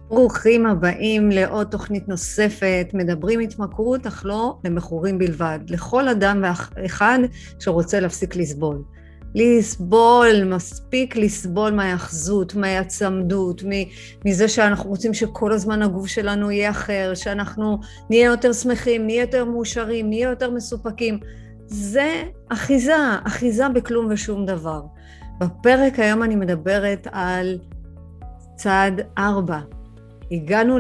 ברוכים הבאים לעוד תוכנית נוספת, מדברים התמכרות אך לא למכורים בלבד, לכל אדם ואחד שרוצה להפסיק לסבול. לסבול, מספיק לסבול מהיאחזות, מהצמדות, מזה שאנחנו רוצים שכל הזמן הגוף שלנו יהיה אחר, שאנחנו נהיה יותר שמחים, נהיה יותר מאושרים, נהיה יותר מסופקים. זה אחיזה בכלום ושום דבר. בפרק היום אני מדברת על צעד 4. הגענו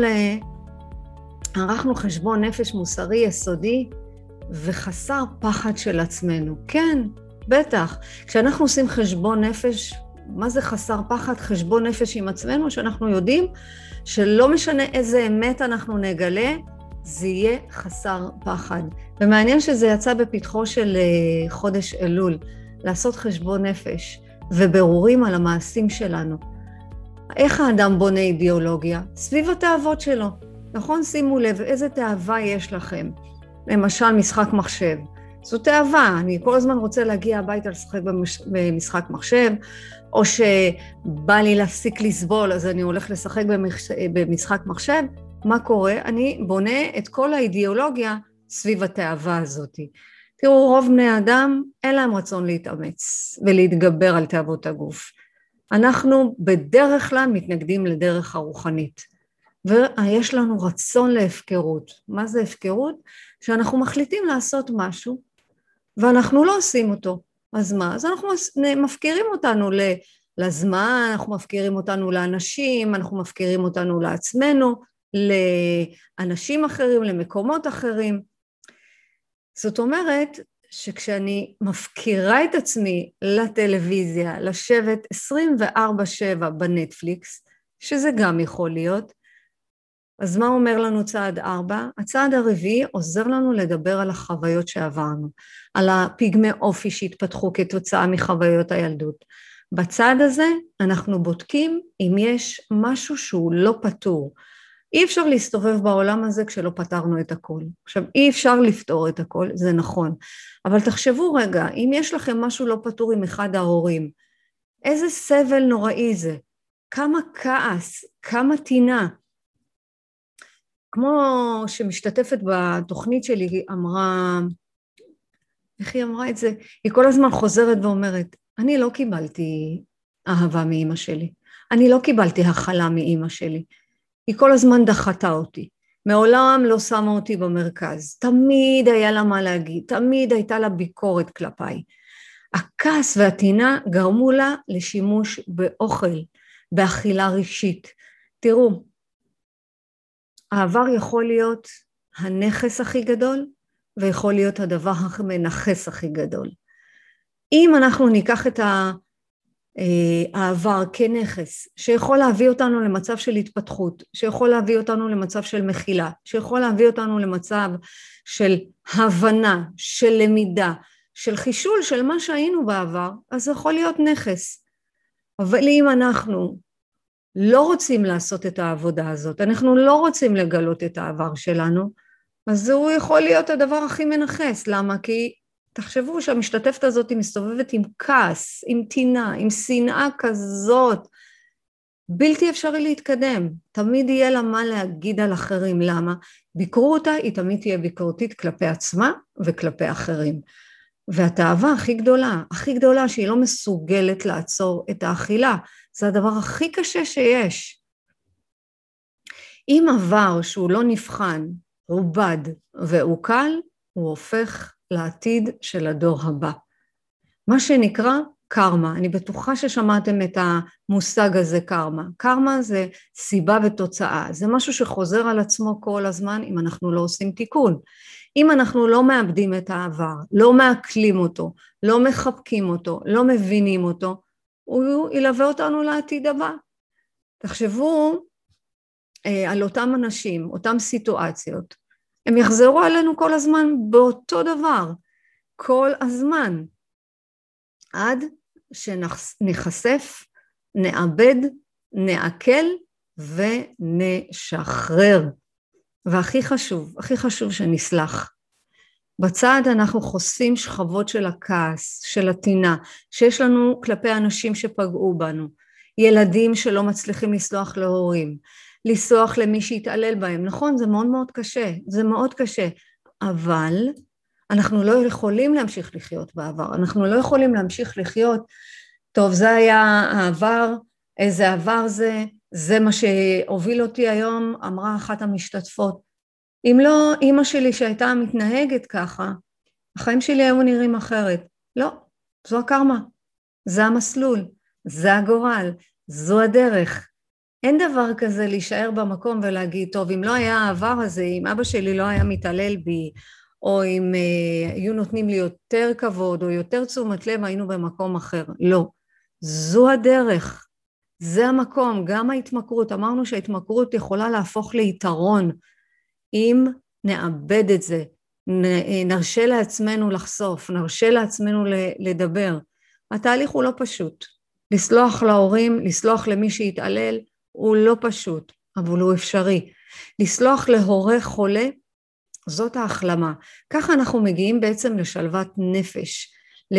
ערכנו חשבון נפש מוסרי יסודי וחסר פחד של עצמנו. כן, בטח. כשאנחנו עושים חשבון נפש, מה זה חסר פחד? חשבון נפש עם עצמנו, שאנחנו יודעים שלא משנה איזה אמת אנחנו נגלה, זה יהיה חסר פחד. ומעניין שזה יצא בפתחו של חודש אלול, לעשות חשבון נפש וברורים על המעשים שלנו. איך האדם בונה אידיאולוגיה? סביב התאוות שלו. נכון? שימו לב, איזה תאווה יש לכם? למשל, משחק מחשב. זו תאווה, אני כל הזמן רוצה להגיע הביתה לשחק במשחק מחשב, או שבא לי להפסיק לסבול, אז אני הולך לשחק במשחק מחשב. מה קורה? אני בונה את כל האידיאולוגיה סביב התאווה הזאת. תראו, רוב בני האדם אין להם רצון להתאמץ ולהתגבר על תאוות הגוף. אנחנו בדרך כלל מתנגדים לדרך הרוחנית, ויש לנו רצון להפקרות. מה זה הפקרות? שאנחנו מחליטים לעשות משהו, ואנחנו לא עושים אותו. אז מה? אז אנחנו מפקירים אותנו לזמן, אנחנו מפקירים אותנו לאנשים, אנחנו מפקירים אותנו לעצמנו, לאנשים אחרים, למקומות אחרים. זאת אומרת, שכשאני מפקירה את עצמי לטלוויזיה, לשבת 24/7 בנטפליקס, שזה גם יכול להיות, אז מה אומר לנו צעד 4? הצעד הרביעי עוזר לנו לדבר על החוויות שעברנו, על הפגמי אופי שהתפתחו כתוצאה מחוויות הילדות. בצעד הזה אנחנו בודקים אם יש משהו שהוא לא פתור. אי אפשר להסתובב בעולם הזה כשלא פתרנו את הכל. עכשיו, אי אפשר לפתור את הכל, זה נכון. אבל תחשבו רגע, אם יש לכם משהו לא פתור עם אחד ההורים, איזה סבל נוראי זה, כמה כעס, כמה טינה. כמו שמשתתפת בתוכנית שלי, היא אמרה, איך היא אמרה את זה? היא כל הזמן חוזרת ואומרת, אני לא קיבלתי אהבה מאמא שלי, אני לא קיבלתי הכלה מאמא שלי, היא כל הזמן דחתה אותי, מעולם לא שמה אותי במרכז, תמיד היה לה מה להגיד, תמיד הייתה לה ביקורת כלפיי. הכעס והטינה גרמו לה לשימוש באוכל, באכילה רגשית. תראו, העבר יכול להיות הנכס הכי גדול, ויכול להיות הדבר המנחס הכי גדול. אם אנחנו ניקח את העבר כנכס, שיכול להביא אותנו למצב של התפתחות, שיכול להביא אותנו למצב של מחילה, שיכול להביא אותנו למצב של הבנה, של למידה, של חישול של מה שהיינו בעבר, אז זה יכול להיות נכס. אבל אם אנחנו לא רוצים לעשות את העבודה הזאת, אנחנו לא רוצים לגלות את העבר שלנו, אז הוא יכול להיות הדבר הכי מנחס. למה? כי תחשבו שהמשתתפת הזאת מסתובבת עם כעס, עם טינה, עם שנאה כזאת, בלתי אפשרי להתקדם. תמיד יהיה לה מה להגיד על אחרים. למה? ביקרו אותה, היא תמיד תהיה ביקורתית כלפי עצמה וכלפי אחרים. והתאווה הכי גדולה שהיא לא מסוגלת לעצור את האכילה, זה הדבר הכי קשה שיש. אם עבר שהוא לא נבחן, עובד ועוקל, הוא הופך לעתיד של הדור הבא. מה שנקרא קרמה, אני בטוחה ששמעתם את המושג הזה קרמה. קרמה זה סיבה ותוצאה, זה משהו שחוזר על עצמו כל הזמן אם אנחנו לא עושים תיקון. אם אנחנו לא מאבדים את העבר, לא מעכלים אותו, לא מחבקים אותו, לא מבינים אותו, הוא ילווה אותנו לעתיד הבא. תחשבו על אותם אנשים, אותם סיטואציות, הם יחזרו עלינו כל הזמן באותו דבר, כל הזמן, עד שנחשף, נאבד, נעכל ונשחרר. והכי חשוב שנסלח. בצד אנחנו חושפים שכבות של הכעס, של הטינה, שיש לנו כלפי אנשים שפגעו בנו, ילדים שלא מצליחים לסלוח להורים, לסלוח למי שהתעלל בהם. נכון, זה מאוד מאוד קשה, זה מאוד קשה, אבל אנחנו לא יכולים להמשיך לחיות בעבר, אנחנו לא יכולים להמשיך לחיות, טוב זה היה העבר, איזה עבר זה מה שהוביל אותי היום, אמרה אחת המשתתפות, אם לא אמא שלי שהייתה מתנהגת ככה, החיים שלי היו נראים אחרת. לא, זו הקרמה, זה המסלול, זה הגורל, זו הדרך. אין דבר כזה להישאר במקום ולהגיד, טוב, אם לא היה העבר הזה, אם אבא שלי לא היה מתעלל בי, או אם היו נותנים לי יותר כבוד, או יותר תשומת לב, היינו במקום אחר. לא, זו הדרך, זה המקום, גם ההתמכרות. אמרנו שההתמכרות יכולה להפוך ליתרון, אם נאבד את זה, נרשה לעצמנו לחשוף, נרשה לעצמנו לדבר. התהליך הוא לא פשוט. לסלוח להורים, לסלוח למי שהתעלל, הוא לא פשוט, אבל הוא אפשרי. לסלוח להורה חולה, זאת ההחלמה. ככה אנחנו מגיעים בעצם לשלוות נפש.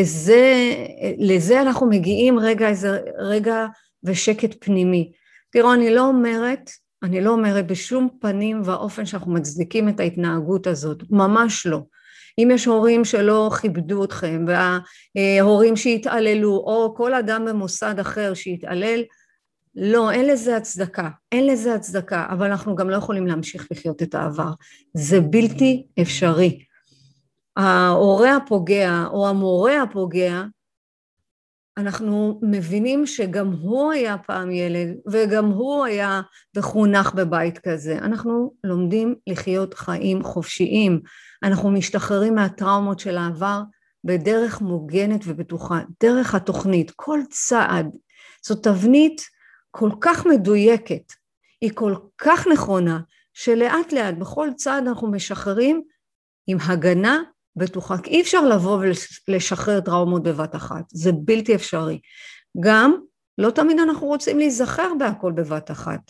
לזה אנחנו מגיעים רגע ושקט פנימי. תראו, אני לא אומרת בשום פנים ואופן שאנחנו מצדיקים את ההתנהגות הזאת, ממש לא. אם יש הורים שלא כיבדו אתכם, וההורים שהתעללו, או כל אדם במוסד אחר שהתעלל, לא, אין לזה הצדקה, אבל אנחנו גם לא יכולים להמשיך לחיות את העבר. זה בלתי אפשרי. ההורה הפוגע או המורה הפוגע, אנחנו מבינים שגם הוא היה פעם ילד, וגם הוא היה וחונך בבית כזה. אנחנו לומדים לחיות חיים חופשיים, אנחנו משתחררים מהטראומות של העבר, בדרך מוגנת ובטוחה, דרך התוכנית, כל צעד. זו תבנית כל כך מדויקת, היא כל כך נכונה, שלאט לאט בכל צעד אנחנו משחררים עם הגנה בטוחה, כי אי אפשר לבוא ולשחרר טראומות בבת אחת, זה בלתי אפשרי. גם לא תמיד אנחנו רוצים להיזכר בהכל בבת אחת.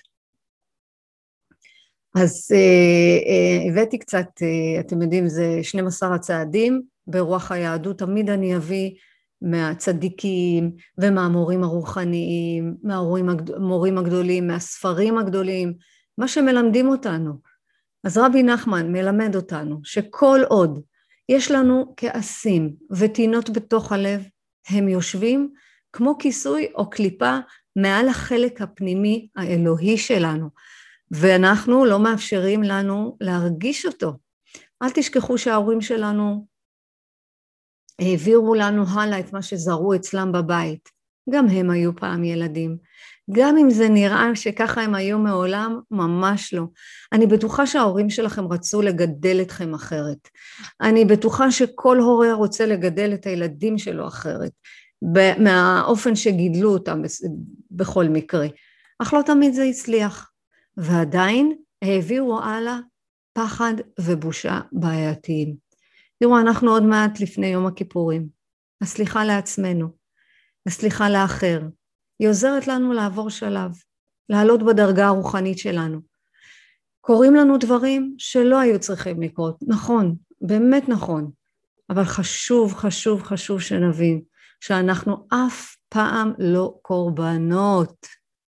אז הבאתי קצת, אתם יודעים, זה 12 הצעדים, ברוח היהדות תמיד אני אביא מהצדיקים ומהמורים הרוחניים, מהמורים הגדולים, מהספרים הגדולים, מה שמלמדים אותנו. אז רבי נחמן מלמד אותנו שכל עוד יש לנו כעסים וטינות בתוך הלב, הם יושבים כמו כיסוי או קליפה מעל החלק הפנימי האלוהי שלנו, ואנחנו לא מאפשרים לנו להרגיש אותו. אל תשכחו שההורים שלנו העבירו לנו הלאה את מה שזרו אצלם בבית. גם הם היו פעם ילדים. גם אם זה נראה שככה הם היו מעולם, ממש לא. אני בטוחה שההורים שלכם רצו לגדל אתכם אחרת. אני בטוחה שכל הורה רוצה לגדל את הילדים שלו אחרת, מהאופן שגידלו אותם בכל מקרה. אך לא תמיד זה הצליח. ועדיין העבירו הלאה פחד ובושה בעייתיים. תראו, אנחנו עוד מעט לפני יום הכיפורים. הסליחה לעצמנו, הסליחה לאחר. היא עוזרת לנו לעבור שלב, לעלות בדרגה הרוחנית שלנו. קוראים לנו דברים שלא היו צריכים לקרות. נכון, באמת נכון. אבל חשוב שנבין שאנחנו אף פעם לא קורבנות.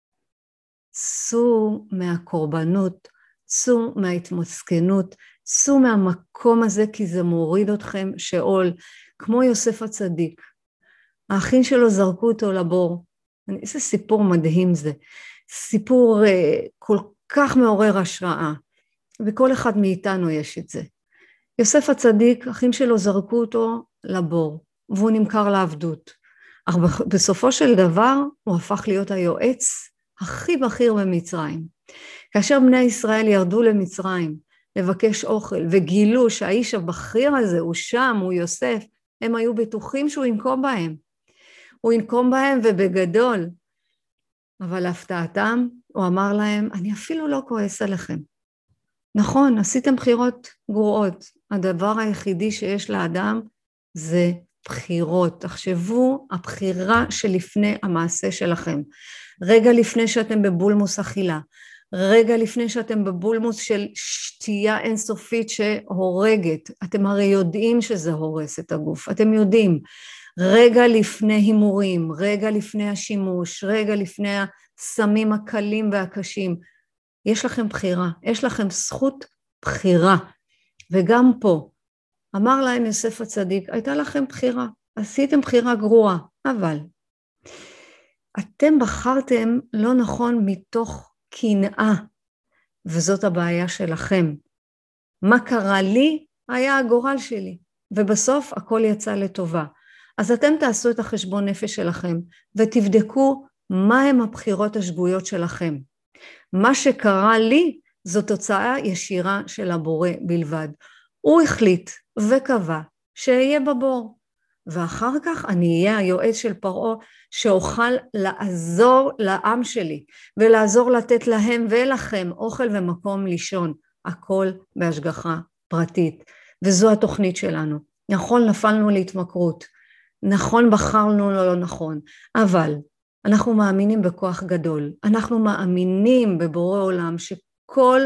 צאו מהקורבנות, צאו מההתמסכנות, צאו מהמקום הזה כי זה מוריד אתכם שאול, כמו יוסף הצדיק. האחים שלו זרקו אותו לבור. איזה סיפור מדהים זה. סיפור כל כך מעורר השראה. וכל אחד מאיתנו יש את זה. יוסף הצדיק, אחים שלו זרקו אותו לבור, והוא נמכר לעבדות. אך בסופו של דבר הוא הפך להיות היועץ הכי בכיר במצרים. כאשר בני ישראל ירדו למצרים לבקש אוכל, וגילו שהאיש הבכיר הזה הוא שם, הוא יוסף, הם היו בטוחים שהוא ינקום בהם. הוא ינקום בהם ובגדול. אבל להפתעתם, הוא אמר להם, אני אפילו לא כועס עליכם. נכון, עשיתם בחירות גרועות. הדבר היחידי שיש לאדם זה בחירות. תחשבו, הבחירה שלפני המעשה שלכם. רגע לפני שאתם בבולמוס אכילה. רגע לפני שאתם בבולמוס של שתייה אינסופית שהורגת. אתם הרי יודעים שזה הורס את הגוף. אתם יודעים. רגע לפני הימורים, רגע לפני השימוש, רגע לפני הסמים הקלים והקשים. יש לכם בחירה, יש לכם זכות בחירה. וגם פה, אמר להם יוסף הצדיק, הייתה לכם בחירה, עשיתם בחירה גרועה, אבל אתם בחרתם לא נכון מתוך קנאה, וזאת הבעיה שלכם. מה קרה לי היה הגורל שלי, ובסוף הכל יצא לטובה. אז אתם תעשו את החשבון נפש שלכם, ותבדקו מה הם הבחירות השגויות שלכם. מה שקרה לי זו תוצאה ישירה של הבורא בלבד. הוא החליט וקבע שאהיה בבור, ואחר כך אני אהיה היועץ של פרעה שאוכל לעזור לעם שלי, ולעזור לתת להם ולכם אוכל ומקום לישון, הכל בהשגחה פרטית. וזו התוכנית שלנו. נכון, נפלנו להתמכרות, נכון, בחרנו לא נכון, אבל אנחנו מאמינים בכוח גדול, אנחנו מאמינים בבורא עולם שכל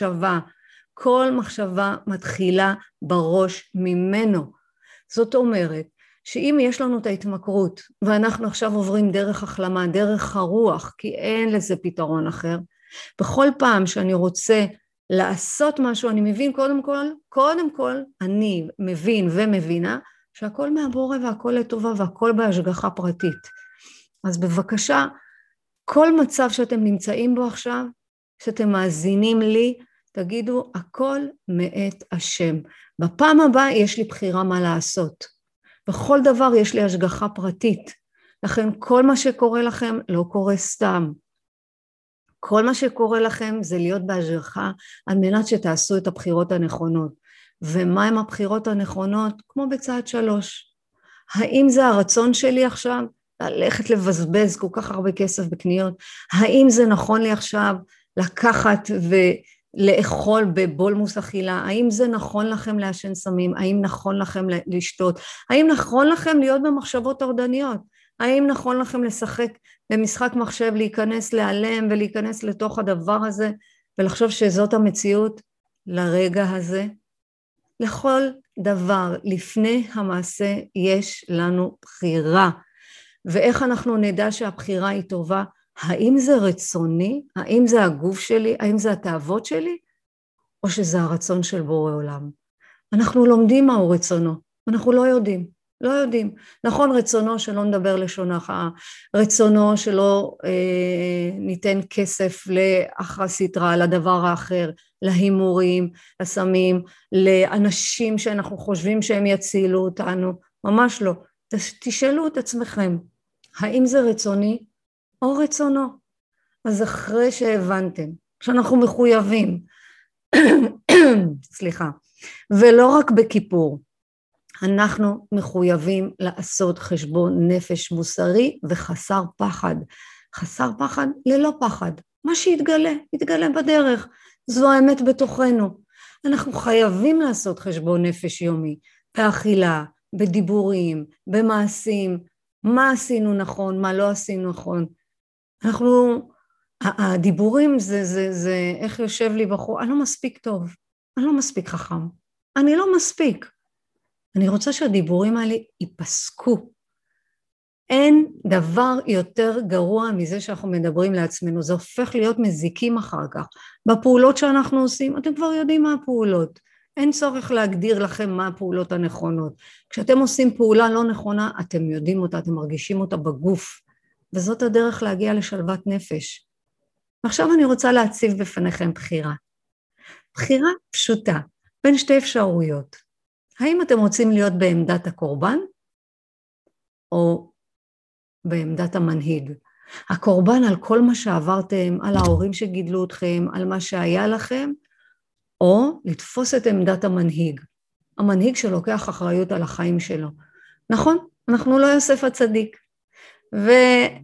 מחשבה מתחילה בראש ממנו. זאת אומרת שאם יש לנו את ההתמכרות ואנחנו עכשיו עוברים דרך החלמה, דרך הרוח, כי אין לזה פתרון אחר, בכל פעם שאני רוצה לעשות משהו, אני מבין קודם כל אני מבין ומבינה שהכל מהבורא והכל לטובה והכל בהשגחה פרטית. אז בבקשה, כל מצב שאתם נמצאים בו עכשיו, שאתם מאזינים לי, תגידו, הכל מאת השם. בפעם הבאה יש לי בחירה מה לעשות. בכל דבר יש לי השגחה פרטית. לכן כל מה שקורה לכם לא קורה סתם. כל מה שקורה לכם זה להיות בהשגחה על מנת שתעשו את הבחירות הנכונות. ומה הם הבחירות הנכונות? כמו בצעד 3. האם זה הרצון שלי עכשיו? ללכת לבזבז כל כך הרבה כסף בקניות? האם זה נכון לי עכשיו לקחת ולאכול בבולמוס אכילה? האם זה נכון לכם לעשן סמים? האם נכון לכם לשתות? האם נכון לכם להיות במחשבות טורדניות? האם נכון לכם לשחק במשחק מחשב, להיכנס להיעלם ולהיכנס לתוך הדבר הזה ולחשוב שזאת המציאות לרגע הזה? לכל דבר לפני המעשה יש לנו בחירה. ואיך אנחנו נדע שהבחירה היא טובה? האם זה רצוני? האם זה הגוף שלי? האם זה התאוות שלי? או שזה הרצון של בורא עולם? אנחנו לומדים מהו רצונו, אנחנו לא יודעים. נכון, רצונו שלא נדבר לשון הרע, רצונו שלא ניתן כסף לאחרא סטרא, לדבר האחר, להימורים, לסמים, לאנשים שאנחנו חושבים שהם יצילו אותנו, ממש לא. תשאלו את עצמכם, האם זה רצוני או רצונו? אז אחרי שהבנתם שאנחנו מחויבים, סליחה, ולא רק בכיפור, אנחנו מחויבים לעשות חשבון נפש מוסרי וחסר פחד. חסר פחד ללא פחד. מה יתגלה בדרך. זו האמת בתוכנו. אנחנו חייבים לעשות חשבון נפש יומי, באכילה, בדיבורים, במעשים, מה עשינו נכון, מה לא עשינו נכון. הדיבורים זה איך יושב לי בחור, אני לא מספיק טוב, אני לא מספיק חכם, אני לא מספיק. אני רוצה שהדיבורים האלה ייפסקו. אין דבר יותר גרוע מזה שאנחנו מדברים לעצמנו, זה הופך להיות מזיקים אחר כך. בפעולות שאנחנו עושים, אתם כבר יודעים מה הפעולות. אין צורך להגדיר לכם מה הפעולות הנכונות. כשאתם עושים פעולה לא נכונה, אתם יודעים אותה, אתם מרגישים אותה בגוף. וזאת הדרך להגיע לשלוות נפש. עכשיו אני רוצה להציב בפניכם בחירה. בחירה פשוטה, בין שתי אפשרויות. האם אתם רוצים להיות בעמדת הקורבן, או בעמדת המנהיג? הקורבן על כל מה שעברתם, על ההורים שגידלו אתכם, על מה שהיה לכם, או לתפוס את עמדת המנהיג. המנהיג שלוקח אחריות על החיים שלו. נכון? אנחנו לא יוסף הצדיק. וזה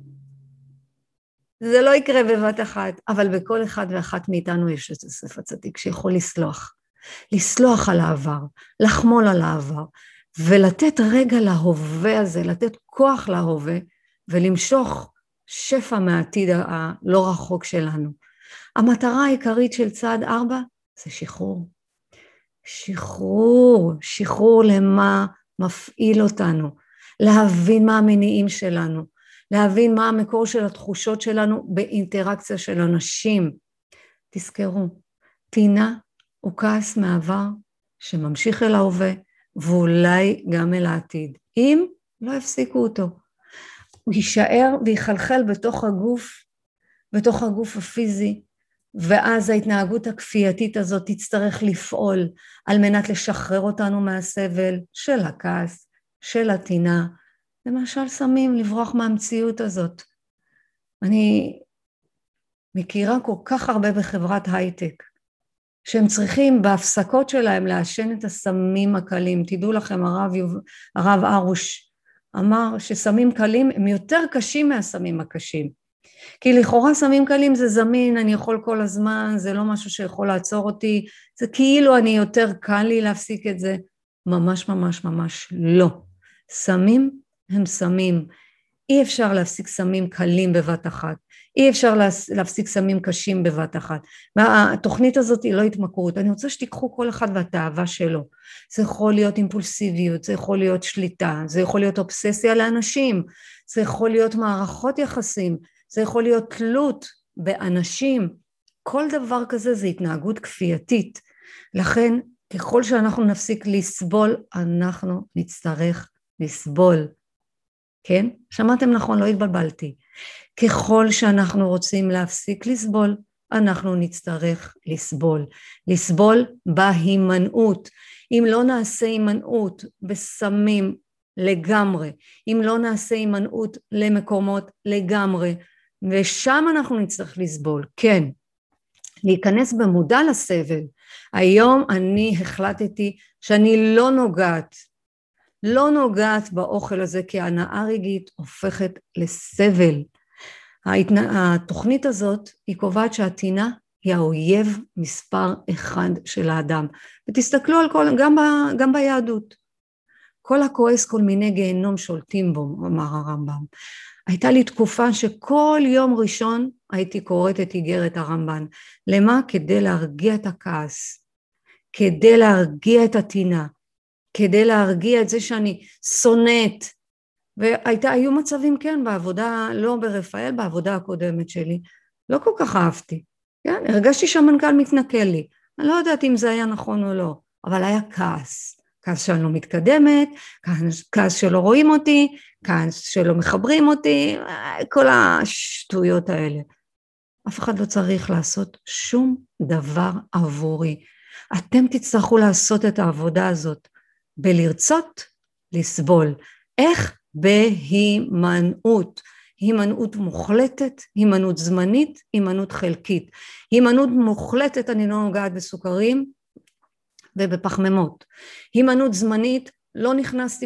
לא יקרה בבת אחת, אבל בכל אחד ואחת מאיתנו יש את יוסף הצדיק שיכול לסלוח על העבר, לחמול על העבר, ולתת רגע להווה הזה, לתת כוח להווה, ולמשוך שפע מהעתיד הלא רחוק שלנו. המטרה העיקרית של צעד 4 זה שחרור. שחרור למה מפעיל אותנו, להבין מה המניעים שלנו, להבין מה המקור של התחושות שלנו באינטראקציה של אנשים. תזכרו, טינה הוא כעס מעבר שממשיך אל ההווה, ואולי גם אל העתיד, אם לא יפסיקו אותו. הוא יישאר ויחלחל בתוך הגוף הפיזי, ואז ההתנהגות הכפייתית הזאת תצטרך לפעול על מנת לשחרר אותנו מהסבל של הכעס, של הטינה, למשל סמים, לברוח מהמציאות הזאת. אני מכירה כל כך הרבה בחברת הייטק, שהם צריכים בהפסקות שלהם לעשן את הסמים הקלים. תדעו לכם, הרב ארוש אמר שסמים קלים הם יותר קשים מהסמים הקשים. כי לכאורה סמים קלים זה זמין, אני יכול כל הזמן, זה לא משהו שיכול לעצור אותי, זה כאילו אני יותר קל לי להפסיק את זה. ממש ממש ממש לא. סמים הם סמים. אי אפשר להפסיק סמים קלים בבת אחת. אי אפשר להפסיק סמים קשים בבת אחת. התוכנית הזאת היא לא התמכרות. אני רוצה שתיקחו כל אחד והתאווה שלו. זה יכול להיות אימפולסיביות, זה יכול להיות שליטה, זה יכול להיות אובססיה לאנשים, זה יכול להיות מערכות יחסים, זה יכול להיות תלות באנשים. כל דבר כזה זה התנהגות כפייתית. לכן, ככל שאנחנו נפסיק לסבול, אנחנו נצטרך לסבול. כן? שמעתם נכון, לא התבלבלתי. ככל שאנחנו רוצים להפסיק לסבול, אנחנו נצטרך לסבול. לסבול בהימנעות. אם לא נעשה הימנעות בסמים לגמרי, אם לא נעשה הימנעות למקומות לגמרי, ושם אנחנו נצטרך לסבול. כן, להיכנס במודע לסבל. היום אני החלטתי שאני לא נוגעת באוכל הזה, כי ההנאה רגעית הופכת לסבל. התוכנית הזאת היא קובעת שהטינה היא האויב מספר אחד של האדם. ותסתכלו על גם ביהדות. כל הכועס כל מיני גיהנום שולטים בו, אמר הרמב"ם. הייתה לי תקופה שכל יום ראשון הייתי קוראת את איגרת הרמב"ן. למה? כדי להרגיע את הכעס, כדי להרגיע את הטינה, כדי להרגיע את זה שאני שונאת. והיו מצבים כן בעבודה, לא ברפאל, בעבודה הקודמת שלי. לא כל כך אהבתי. כן? הרגשתי שהמנכ"ל מתנכל לי. אני לא יודעת אם זה היה נכון או לא, אבל היה כעס. כעס שאני לא מתקדמת, כעס שלא רואים אותי, כעס שלא מחברים אותי, כל השטויות האלה. אף אחד לא צריך לעשות שום דבר עבורי. אתם תצטרכו לעשות את העבודה הזאת, בלרצות לסבול. איך? בהימנעות. הימנעות מוחלטת, הימנעות זמנית, הימנעות חלקית. הימנעות מוחלטת, אני לא נוגעת בסוכרים ובפחמימות. הימנעות זמנית, לא נכנסתי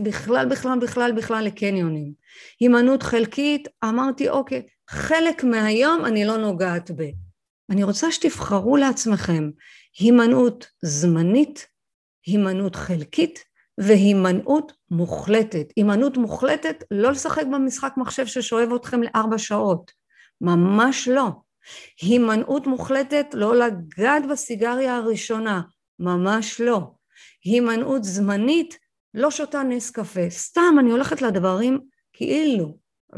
בכלל לקניונים. הימנעות חלקית, אמרתי אוקיי, חלק מהיום אני לא נוגעת ב. אני רוצה שתבחרו לעצמכם הימנעות זמנית, הימנעות חלקית, והימנעות מוחלטת. הימנעות מוחלטת, לא לשחק במשחק מחשב ששואב אתכם ל4 שעות. ממש לא. הימנעות מוחלטת, לא לגעת בסיגריה הראשונה. ממש לא. הימנעות זמנית, לא שותה נס קפה. סתם, אני הולכת לדברים כאילו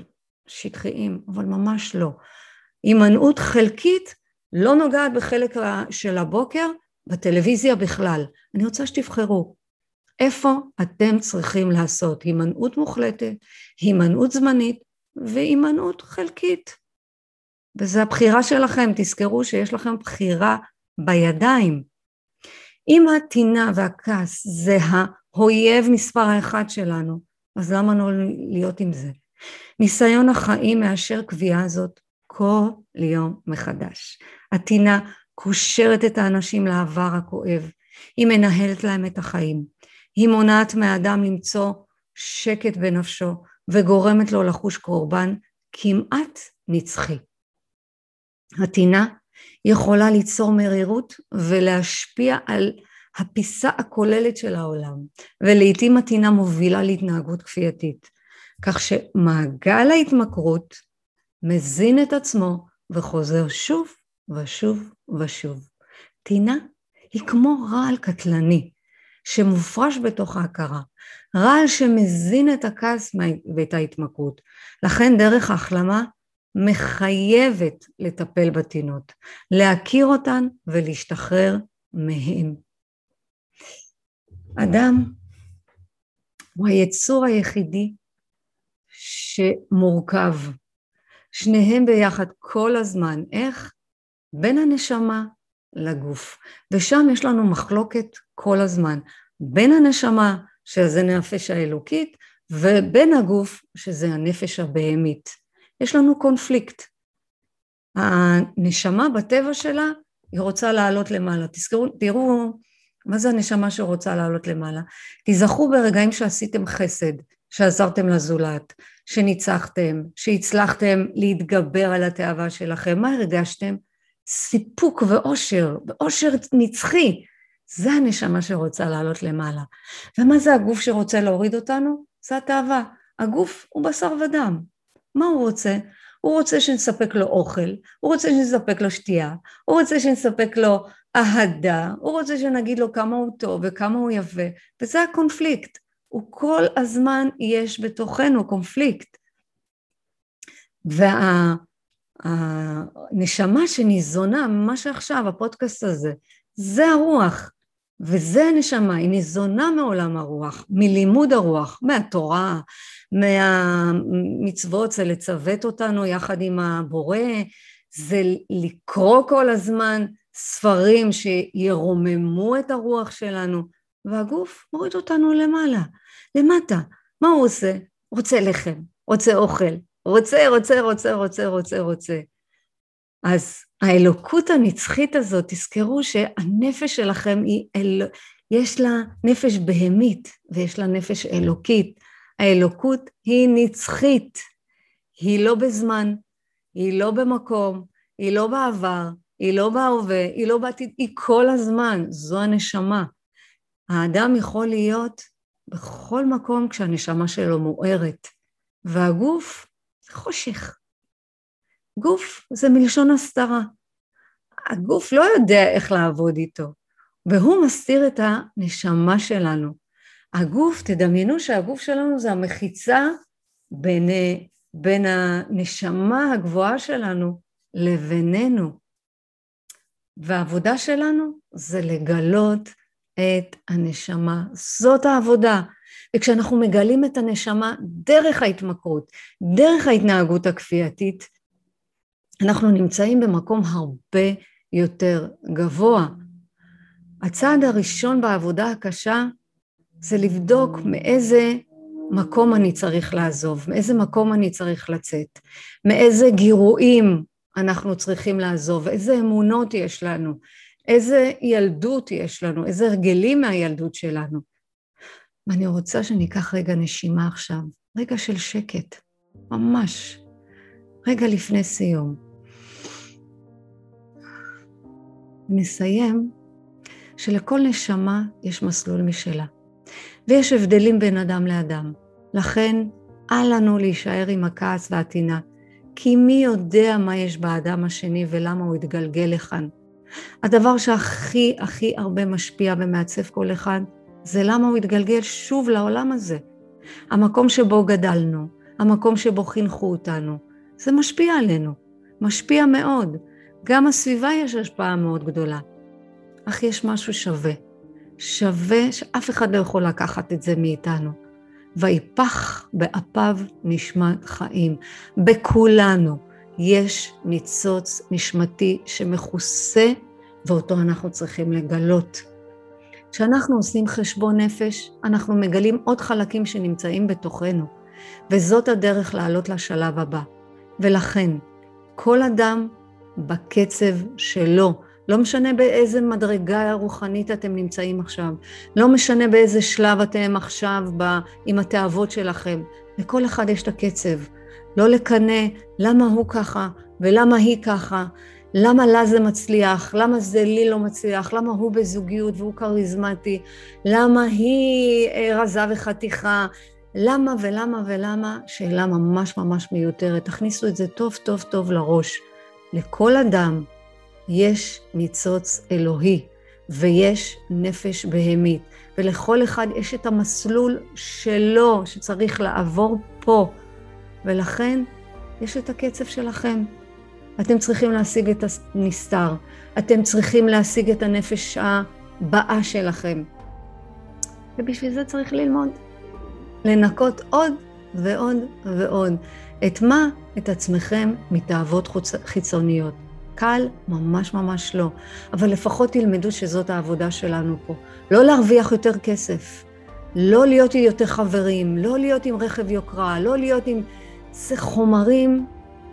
שטחיים, אבל ממש לא. הימנעות חלקית, לא נוגעת בחלק של הבוקר, בטלוויזיה בכלל. אני רוצה שתבחרו. איפה אתם צריכים לעשות הימנעות מוחלטת, הימנעות זמנית והימנעות חלקית. וזו הבחירה שלכם, תזכרו שיש לכם בחירה בידיים. אם הטינה והכעס זה האויב מספר 1 שלנו, אז למה לא להיות עם זה? ניסיון החיים מאשר קביעה הזאת כל יום מחדש. הטינה קושרת את האנשים לעבר הכואב, היא מנהלת להם את החיים. היא מונעת מהאדם למצוא שקט בנפשו, וגורמת לו לחוש קורבן כמעט נצחי. הטינה יכולה ליצור מרירות ולהשפיע על הפיסה הכוללת של העולם, ולעיתים הטינה מובילה להתנהגות כפייתית, כך שמעגל ההתמכרות מזין את עצמו וחוזר שוב ושוב ושוב. טינה היא כמו רעל קטלני, שמופרש בתוך ההכרה, רעל שמזין את הכעס ואת ההתמכרות. לכן דרך ההחלמה מחייבת לטפל בתינוק, להכיר אותן ולהשתחרר מהן. אדם הוא היצור היחידי שמורכב, שניהם ביחד כל הזמן, איך? בין הנשמה לגוף, ושם יש לנו מחלוקת כל הזמן, בין הנשמה שזה הנפש האלוקית, ובין הגוף שזה הנפש הבהמית. יש לנו קונפליקט. הנשמה בטבע שלה היא רוצה לעלות למעלה. תראו מה זה הנשמה שרוצה לעלות למעלה. תזכרו ברגעים שעשיתם חסד, שעזרתם לזולת, שניצחתם, שהצלחתם להתגבר על התאווה שלכם. מה הרגשתם? סיפוק ואושר, ואושר נצחי. זה הנשמה שרוצה לעלות למעלה. ומה זה הגוף שרוצה להוריד אותנו? זה התאווה. הגוף הוא בשר ודם. מה הוא רוצה? הוא רוצה שנספק לו אוכל, הוא רוצה שנספק לו שתייה, הוא רוצה שנספק לו אהדה, הוא רוצה שנגיד לו כמה הוא טוב וכמה הוא יפה, וזה הקונפליקט. הוא כל הזמן יש בתוכנו קונפליקט. והנשמה שניזונה, מה שעכשיו, הפודקאסט הזה, זה הרוח, וזה הנשמה, היא ניזונה מעולם הרוח, מלימוד הרוח, מהתורה, מהמצוות, זה לצוות אותנו יחד עם הבורא, זה לקרוא כל הזמן ספרים שירוממו את הרוח שלנו, והגוף מוריד אותנו למעלה, למטה. מה הוא עושה? רוצה לחם, רוצה אוכל, רוצה. אז האלוקות הנצחית הזאת, תזכרו שהנפש שלכם יש לה נפש בהמית ויש לה נפש אלוקית. האלוקות היא נצחית, היא לא בזמן, היא לא במקום, היא לא בעבר, היא לא בהווה, היא לא בעתיד, היא כל הזמן, זו הנשמה. האדם יכול להיות בכל מקום כשהנשמה שלו מוארת, והגוף זה חושך. גוף זה מלשון הסתרה. הגוף לא יודע איך לעבוד איתו, והוא מסתיר את הנשמה שלנו. הגוף, תדמיינו שהגוף שלנו זה המחיצה בין הנשמה הגבוהה שלנו לבינינו. והעבודה שלנו זה לגלות את הנשמה. זאת העבודה. וכשאנחנו מגלים את הנשמה דרך ההתמכרות, דרך ההתנהגות הכפייתית, אנחנו נמצאים במקום הרבה יותר גבוה. הצעד הראשון בעבודה הקשה זה לבדוק מאיזה מקום אני צריך לעזוב, מאיזה מקום אני צריך לצאת, מאיזה גירויים אנחנו צריכים לעזוב, איזה אמונות יש לנו, איזה ילדות יש לנו, איזה הרגלים מהילדות שלנו. ואני רוצה שניקח רגע נשימה עכשיו, רגע של שקט, ממש, רגע לפני סיום. נסיים שלכל נשמה יש מסלול משלה, ויש הבדלים בין אדם לאדם. לכן אל לנו להישאר עם הכעס והטינה, כי מי יודע מה יש באדם השני ולמה הוא יתגלגל לכאן. הדבר שהכי הרבה משפיע ומעצב כל אחד, זה למה הוא יתגלגל שוב לעולם הזה. המקום שבו גדלנו, המקום שבו חינכו אותנו, זה משפיע עלינו, משפיע מאוד. גם הסביבה יש השפעה מאוד גדולה, אך יש משהו שווה שאף אחד לא יכול לקחת את זה מאיתנו. ויפח באפיו נשמת חיים. בכולנו יש ניצוץ נשמתי שמכוסה, ואותו אנחנו צריכים לגלות. כשאנחנו עושים חשבון נפש, אנחנו מגלים עוד חלקים שנמצאים בתוכנו, וזאת הדרך לעלות לשלב הבא. ולכן, כל אדם בקצב שלו, לא משנה באיזה מדרגה רוחנית אתם נמצאים עכשיו, לא משנה באיזה שלב אתם עכשיו עם התאוות שלכם, לכל אחד יש את הקצב, לא לקנא למה הוא ככה ולמה היא ככה, למה לה זה מצליח, למה זה לי לא מצליח, למה הוא בזוגיות והוא קריזמטי, למה היא רזה וחתיכה, למה ולמה, שאלה ממש מיותרת, תכניסו את זה טוב לראש. לכל אדם יש ניצוץ אלוהי ויש נפש בהמית, ולכל אחד יש את המסלול שלו שצריך לעבור פה, ולכן יש את הקצב שלכם. אתם צריכים להשיג את הנסתר. אתם צריכים להשיג את הנפש הבאה שלכם. ובשביל זה צריך ללמוד. לנקות עוד ועוד ועוד. את מה? את עצמכם מתאוות חיצוניות. קל? ממש ממש לא. אבל לפחות תלמדו שזאת העבודה שלנו פה. לא להרוויח יותר כסף. לא להיות יותר חברים. לא להיות עם רכב יוקרה. לא להיות עם... זה חומרים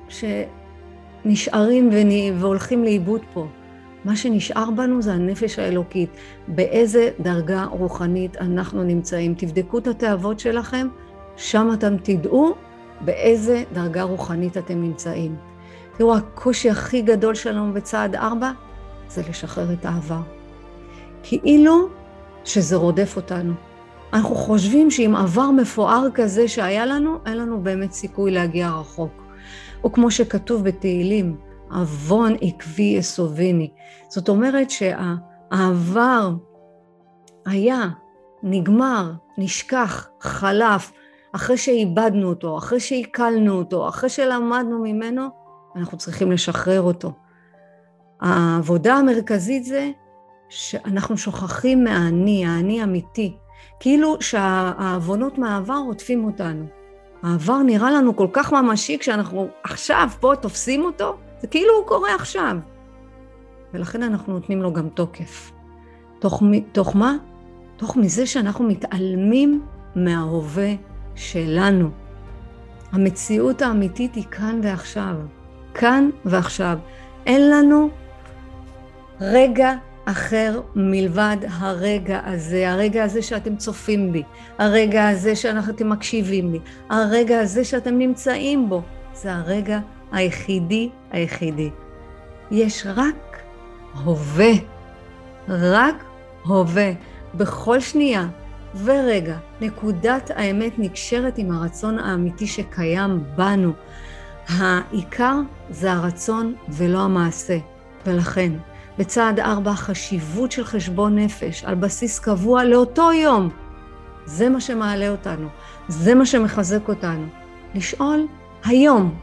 שנשארים והולכים לאיבוד פה. מה שנשאר בנו זה הנפש האלוקית. באיזה דרגה רוחנית אנחנו נמצאים. תבדקו את התאוות שלכם, שם אתם תדעו באיזה דרגה רוחנית אתם נמצאים. תראו, הקושי הכי גדול שלנו בצעד 4 זה לשחרר את העבר. כאילו שזה רודף אותנו. אנחנו חושבים שעם עבר מפואר כזה שהיה לנו, אין לנו באמת סיכוי להגיע רחוק. או כמו שכתוב בתהילים, עוון עקבי יסוביני. זאת אומרת שהעבר היה, נגמר, נשכח, חלף, אחרי שאיבדנו אותו, אחרי שעיכלנו אותו, אחרי שלמדנו ממנו, אנחנו צריכים לשחרר אותו. העבודה המרכזית זה שאנחנו שוכחים מהאני, האני אמיתי, כאילו שהעוונות מהעבר עוטפים אותנו. העבר נראה לנו כל כך ממשי כשאנחנו עכשיו פה תופסים אותו, זה כאילו הוא קורה עכשיו. ולכן אנחנו נותנים לו גם תוקף. תוך מה? תוך מזה שאנחנו מתעלמים מההווה שלנו. המציאות האמיתית היא כאן ועכשיו. כאן ועכשיו. אין לנו רגע אחר מלבד הרגע הזה שאתם צופים בי, הרגע הזה שאתם מקשיבים לי, הרגע הזה שאתם נמצאים בו. זה הרגע היחידי. יש רק הווה, רק הווה. בכל שנייה ורגע נקודת האמת נקשרת עם הרצון האמיתי שקיים בנו. העיקר זה הרצון ולא המעשה. ולכן בצעד 4 חשיבות של חשבון נפש על בסיס קבוע לאותו יום. זה מה שמעלה אותנו, זה מה שמחזק אותנו. לשאול היום,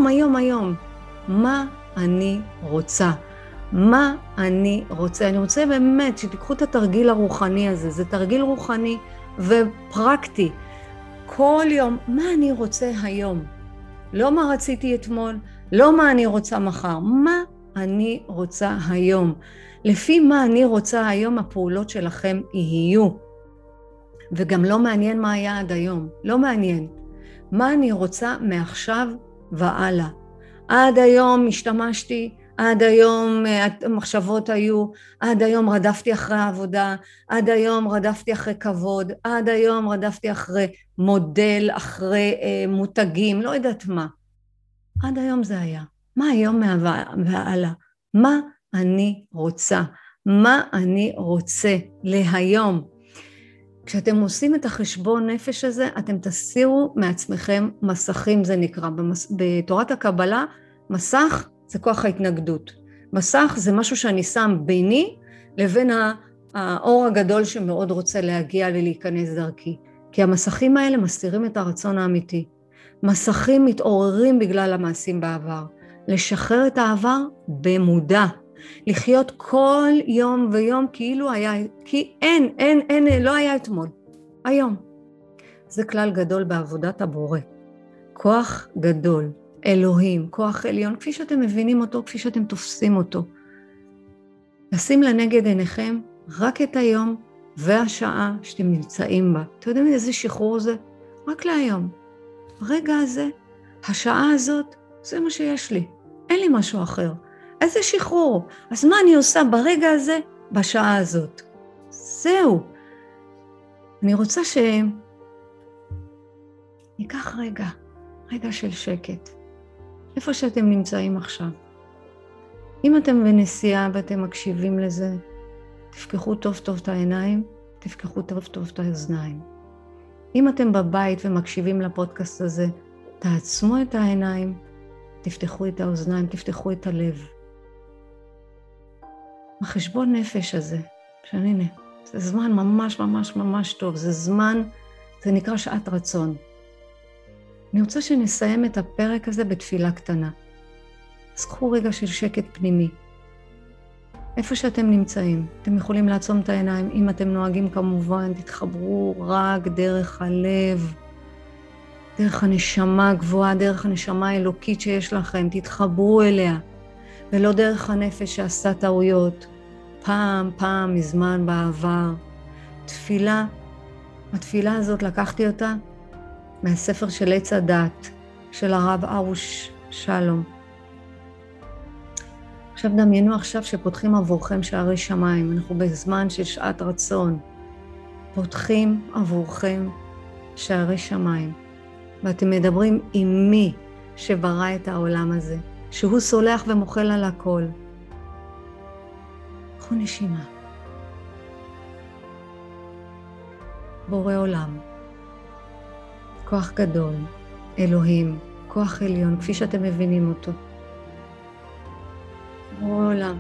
מה אני רוצה? מה אני רוצה? אני רוצה באמת שתיקחו את התרגיל הרוחני הזה, זה תרגיל רוחני ופרקטי. כל יום, מה אני רוצה היום? לא מה רציתי אתמול, לא מה אני רוצה מחר, מה אני רוצה היום. לפי מה אני רוצה היום, הפעולות שלכם יהיו. וגם לא מעניין מה היה עד היום, לא מעניין. מה אני רוצה מעכשיו והלאה. עד היום השתמשתי, עד היום המחשבות היו, עד היום רדפתי אחרי העבודה, עד היום רדפתי אחרי כבוד, עד היום רדפתי אחרי מודל, אחרי מותגים, לא יודעת מה. עד היום זה היה. מה היום והלאה? מה אני רוצה? מה אני רוצה להיום? כשאתם עושים את החשבון נפש הזה, אתם תסירו מעצמכם מסכים, זה נקרא. בתורת הקבלה, מסך זה כוח ההתנגדות. מסך זה משהו שאני שם ביני לבין האור הגדול שמאוד רוצה להגיע ולהיכנס דרכי. כי המסכים האלה מסתירים את הרצון האמיתי. מסכים מתעוררים בגלל המעשים בעבר. לשחרר את העבר במודע. לחיות כל יום ויום כאילו היה, כי אין, לא היה אתמול. היום. זה כלל גדול בעבודת הבורא. כוח גדול, אלוהים, כוח עליון, כפי שאתם מבינים אותו, כפי שאתם תופסים אותו. לשים לנגד עיניכם רק את היום והשעה שאתם נמצאים בה. אתם יודעים איזה שחרור זה? רק להיום. הרגע הזה, השעה הזאת, זה מה שיש לי. אין לי משהו אחר. איזה שחרור. אז מה אני עושה ברגע הזה, בשעה הזאת? זהו. אני רוצה ניקח רגע של שקט. איפה שאתם נמצאים עכשיו. אם אתם בנסיעה ואתם מקשיבים לזה, תפקחו טוב טוב את העיניים, תפקחו טוב טוב את האוזניים. אם אתם בבית ומקשיבים לפודקאסט הזה, תעצמו את העיניים, תפתחו את האוזניים, תפתחו את הלב. החשבון נפש הזה, שהנה, זה זמן ממש ממש ממש טוב, זה זמן, זה נקרא שעת רצון. אני רוצה שנסיים את הפרק הזה בתפילה קטנה. אז קחו רגע של שקט פנימי. איפה שאתם נמצאים, אתם יכולים לעצום את העיניים. אם אתם נוהגים כמובן, תתחברו רק דרך הלב, דרך הנשמה הגבוהה, דרך הנשמה האלוקית שיש לכם, תתחברו אליה, ולא דרך הנפש שעשה טעויות, פעם מזמן בעבר. תפילה, התפילה הזאת לקחתי אותה מהספר של עץ הדת, של הרב ארוש שלום. עכשיו דמיינו עכשיו שפותחים עבורכם שערי שמיים, אנחנו בזמן של שעת רצון. פותחים עבורכם שערי שמיים, ואתם מדברים עם מי שברא את העולם הזה, שהוא סולח ומוחל על הכל. קחו נשימה. בורא עולם, כוח גדול, אלוהים, כוח עליון, כפי שאתם מבינים אותו. בורא עולם,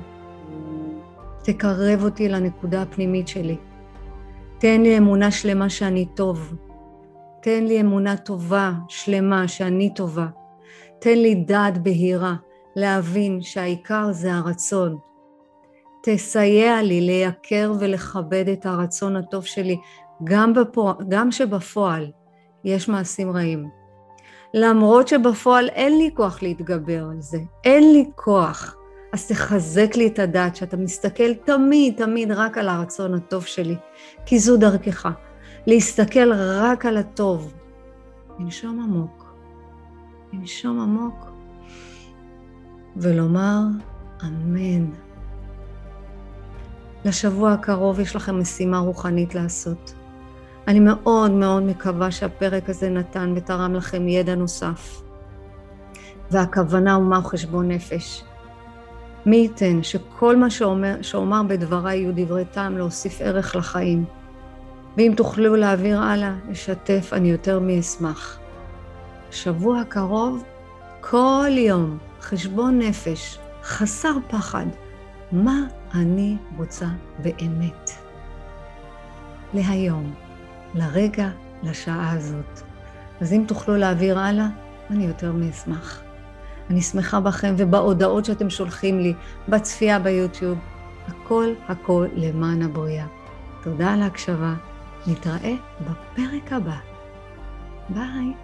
תקרב אותי לנקודה הפנימית שלי. תן לי אמונה שלמה שאני טוב. תן לי אמונה טובה, שלמה, שאני טובה. תן לי דעת בהירה, להבין שהעיקר זה הרצון. תסייע לי לייקר ולכבד את הרצון הטוב שלי, גם שבפועל יש מעשים רעים. למרות שבפועל אין לי כוח להתגבר על זה, אין לי כוח. אז תחזק לי את הדעת שאתה מסתכל תמיד רק על הרצון הטוב שלי, כי זו דרכך. להסתכל רק על הטוב. לנשום עמוק. לנשום עמוק. ולומר אמן. לשבוע הקרוב יש לכם משימה רוחנית לעשות. אני מאוד מקווה שהפרק הזה נתן ותרם לכם ידע נוסף. והכוונה הוא מהו חשבון נפש. מי ייתן שכל מה שאומר בדבריי יהיו דברי טעם להוסיף ערך לחיים. ואם תוכלו להעביר הלאה, לשתף, אני יותר מאשמח. שבוע הקרוב, כל יום, חשבון נפש, חסר פחד. מה אני רוצה באמת? להיום, לרגע, לשעה הזאת. אז אם תוכלו להעביר הלאה, אני יותר מאשמח. אני שמחה בכם ובהודעות שאתם שולחים לי, בצפייה ביוטיוב. הכל למען הבריאה. תודה על ההקשבה. נתראה בפרק הבא. ביי.